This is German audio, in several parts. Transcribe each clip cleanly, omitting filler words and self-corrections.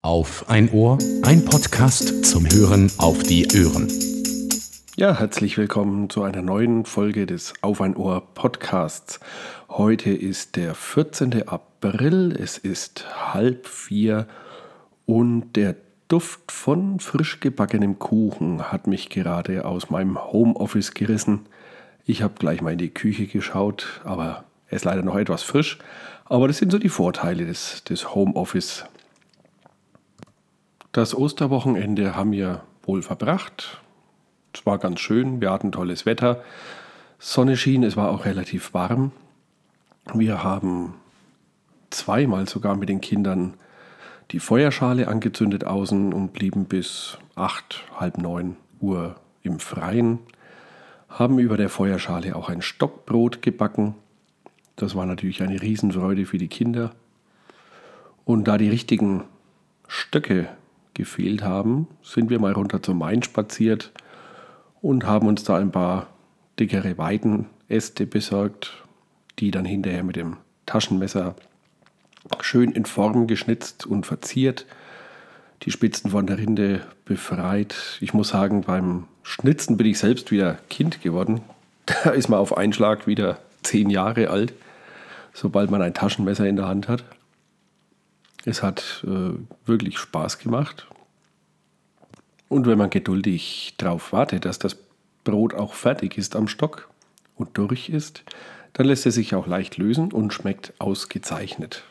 Auf ein Ohr, ein Podcast zum Hören auf die Ohren. Ja, herzlich willkommen zu einer neuen Folge des Auf ein Ohr Podcasts. Heute ist der 14. April, es ist 3:30 und der Duft von frisch gebackenem Kuchen hat mich gerade aus meinem Homeoffice gerissen. Ich habe gleich mal in die Küche geschaut, aber er ist leider noch etwas frisch. Aber das sind so die Vorteile des Homeoffice. Das Osterwochenende haben wir wohl verbracht. Es war ganz schön, wir hatten tolles Wetter. Sonne schien, es war auch relativ warm. Wir haben zweimal sogar mit den Kindern die Feuerschale angezündet außen und blieben bis 8, halb 9 Uhr im Freien. Haben über der Feuerschale auch ein Stockbrot gebacken. Das war natürlich eine Riesenfreude für die Kinder. Und da die richtigen Stöcke gefehlt haben, sind wir mal runter zum Main spaziert und haben uns da ein paar dickere Weidenäste besorgt, die dann hinterher mit dem Taschenmesser schön in Form geschnitzt und verziert, die Spitzen von der Rinde befreit. Ich muss sagen, beim Schnitzen bin ich selbst wieder Kind geworden. Da ist man auf einen Schlag wieder 10 Jahre alt, sobald man ein Taschenmesser in der Hand hat. Es hat wirklich Spaß gemacht. Und wenn man geduldig darauf wartet, dass das Brot auch fertig ist am Stock und durch ist, dann lässt es sich auch leicht lösen und schmeckt ausgezeichnet.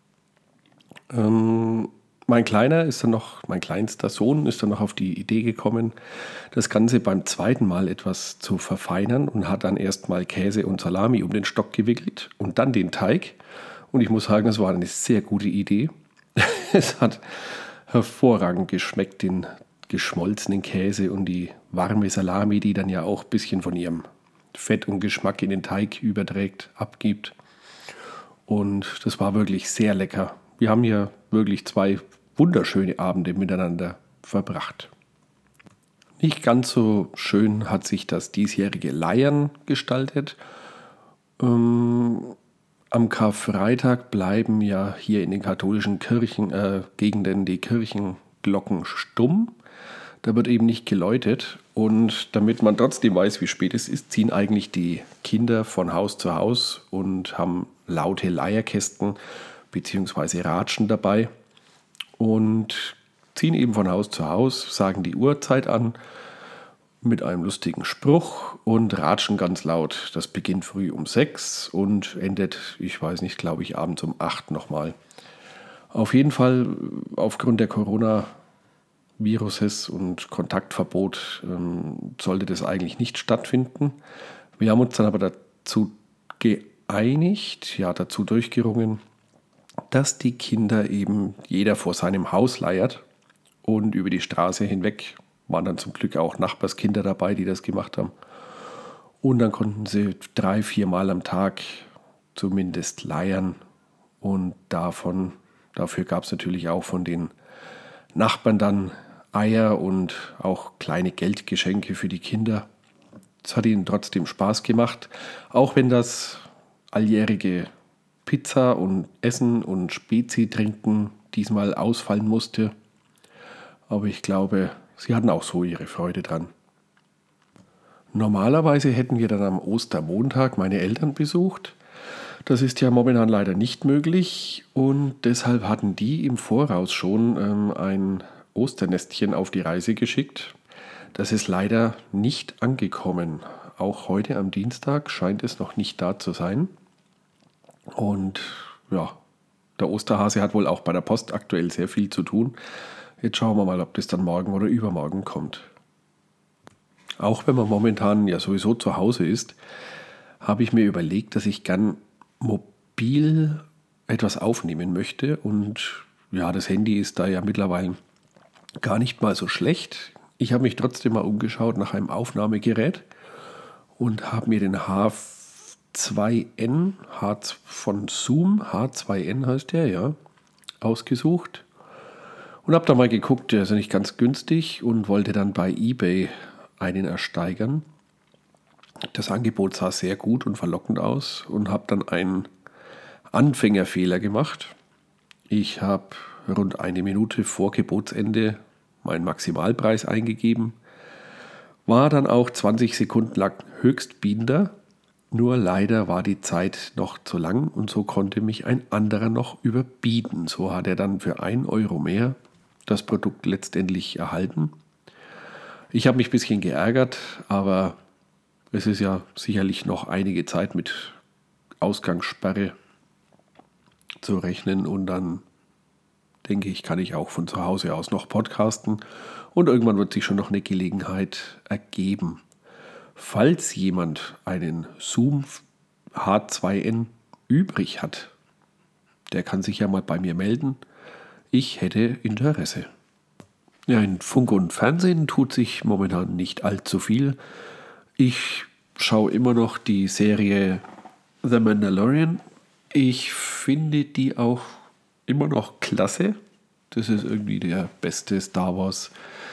Mein kleinster Sohn ist dann noch auf die Idee gekommen, das Ganze beim zweiten Mal etwas zu verfeinern und hat dann erstmal Käse und Salami um den Stock gewickelt und dann den Teig. Und ich muss sagen, das war eine sehr gute Idee. Es hat hervorragend geschmeckt, den geschmolzenen Käse und die warme Salami, die dann ja auch ein bisschen von ihrem Fett und Geschmack in den Teig überträgt, abgibt. Und das war wirklich sehr lecker. Wir haben hier wirklich 2 wunderschöne Abende miteinander verbracht. Nicht ganz so schön hat sich das diesjährige Leiern gestaltet. Am Karfreitag bleiben ja hier in den katholischen Gegenden die Kirchenglocken stumm. Da wird eben nicht geläutet. Und damit man trotzdem weiß, wie spät es ist, ziehen eigentlich die Kinder von Haus zu Haus und haben laute Leierkästen bzw. Ratschen dabei und ziehen eben von Haus zu Haus, sagen die Uhrzeit an mit einem lustigen Spruch und ratschen ganz laut. Das beginnt früh um 6 und endet, ich weiß nicht, glaube ich, abends um 8 nochmal. Auf jeden Fall aufgrund der Coronaviruses und Kontaktverbot sollte das eigentlich nicht stattfinden. Wir haben uns dann aber dazu durchgerungen, dass die Kinder eben jeder vor seinem Haus leiert und über die Straße hinweg waren dann zum Glück auch Nachbarskinder dabei, die das gemacht haben. Und dann konnten sie 3, 4 Mal am Tag zumindest leiern. Und dafür gab es natürlich auch von den Nachbarn dann Eier und auch kleine Geldgeschenke für die Kinder. Es hat ihnen trotzdem Spaß gemacht, auch wenn das alljährige Pizza und Essen und Spezi trinken diesmal ausfallen musste. Aber ich glaube, sie hatten auch so ihre Freude dran. Normalerweise hätten wir dann am Ostermontag meine Eltern besucht. Das ist ja momentan leider nicht möglich und deshalb hatten die im Voraus schon ein Osternestchen auf die Reise geschickt. Das ist leider nicht angekommen. Auch heute am Dienstag scheint es noch nicht da zu sein. Und ja, der Osterhase hat wohl auch bei der Post aktuell sehr viel zu tun. Jetzt schauen wir mal, ob das dann morgen oder übermorgen kommt. Auch wenn man momentan ja sowieso zu Hause ist, habe ich mir überlegt, dass ich gern mobil etwas aufnehmen möchte. Und ja, das Handy ist da ja mittlerweile gar nicht mal so schlecht. Ich habe mich trotzdem mal umgeschaut nach einem Aufnahmegerät und habe mir den H2N von Zoom, H2N heißt der, ja, ausgesucht. Und habe da mal geguckt, der ist ja nicht ganz günstig und wollte dann bei eBay einen ersteigern. Das Angebot sah sehr gut und verlockend aus und habe dann einen Anfängerfehler gemacht. Ich habe rund eine Minute vor Gebotsende meinen Maximalpreis eingegeben, war dann auch 20 Sekunden lang Höchstbietender, nur leider war die Zeit noch zu lang und so konnte mich ein anderer noch überbieten. So hat er dann für 1 Euro mehr das Produkt letztendlich erhalten. Ich habe mich ein bisschen geärgert, aber es ist ja sicherlich noch einige Zeit mit Ausgangssperre zu rechnen und dann denke ich, kann ich auch von zu Hause aus noch podcasten und irgendwann wird sich schon noch eine Gelegenheit ergeben. Falls jemand einen Zoom H2N übrig hat, der kann sich ja mal bei mir melden. Ich hätte Interesse. Ja, in Funk und Fernsehen tut sich momentan nicht allzu viel. Ich schaue immer noch die Serie The Mandalorian. Ich finde die auch immer noch klasse. Das ist irgendwie der beste Star Wars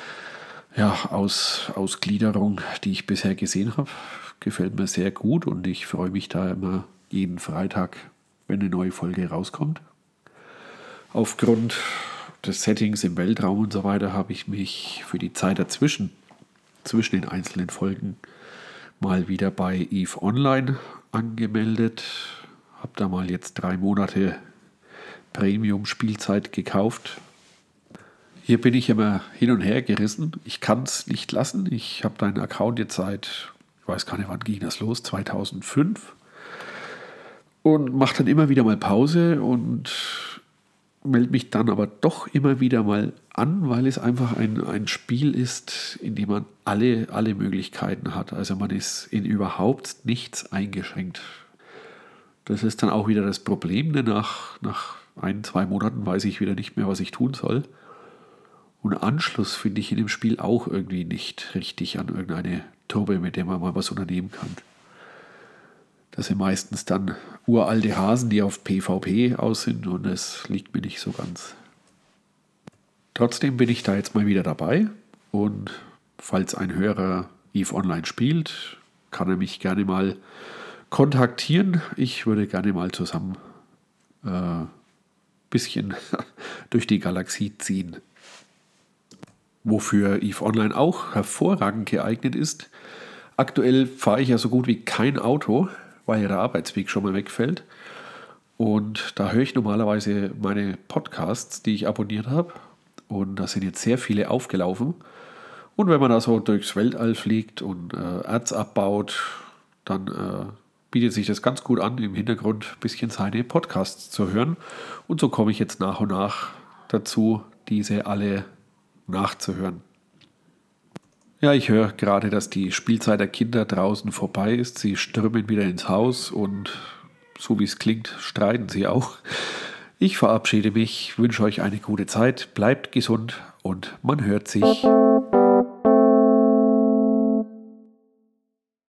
Ausgliederung, die ich bisher gesehen habe. Gefällt mir sehr gut und ich freue mich da immer jeden Freitag, wenn eine neue Folge rauskommt. Aufgrund des Settings im Weltraum und so weiter habe ich mich für die Zeit zwischen den einzelnen Folgen mal wieder bei EVE Online angemeldet. Habe da mal jetzt 3 Monate Premium-Spielzeit gekauft. Hier bin ich immer hin und her gerissen. Ich kann es nicht lassen. Ich habe deinen Account jetzt seit, ich weiß gar nicht, wann ging das los, 2005. Und mache dann immer wieder mal Pause und melde mich dann aber doch immer wieder mal an, weil es einfach ein Spiel ist, in dem man alle Möglichkeiten hat. Also man ist in überhaupt nichts eingeschränkt. Das ist dann auch wieder das Problem, denn nach 1-2 Monaten weiß ich wieder nicht mehr, was ich tun soll. Und Anschluss finde ich in dem Spiel auch irgendwie nicht richtig an irgendeine Truppe, mit der man mal was unternehmen kann. Das sind meistens dann uralte Hasen, die auf PvP aus sind und das liegt mir nicht so ganz. Trotzdem bin ich da jetzt mal wieder dabei und falls ein Hörer EVE Online spielt, kann er mich gerne mal kontaktieren. Ich würde gerne mal zusammen bisschen durch die Galaxie ziehen. Wofür EVE Online auch hervorragend geeignet ist. Aktuell fahre ich ja so gut wie kein Auto, weil ja der Arbeitsweg schon mal wegfällt. Und da höre ich normalerweise meine Podcasts, die ich abonniert habe. Und da sind jetzt sehr viele aufgelaufen. Und wenn man da so durchs Weltall fliegt und Erz abbaut, dann bietet sich das ganz gut an, im Hintergrund ein bisschen seine Podcasts zu hören. Und so komme ich jetzt nach und nach dazu, diese alle nachzuhören. Ja, ich höre gerade, dass die Spielzeit der Kinder draußen vorbei ist. Sie stürmen wieder ins Haus und so wie es klingt, streiten sie auch. Ich verabschiede mich, wünsche euch eine gute Zeit, bleibt gesund und man hört sich.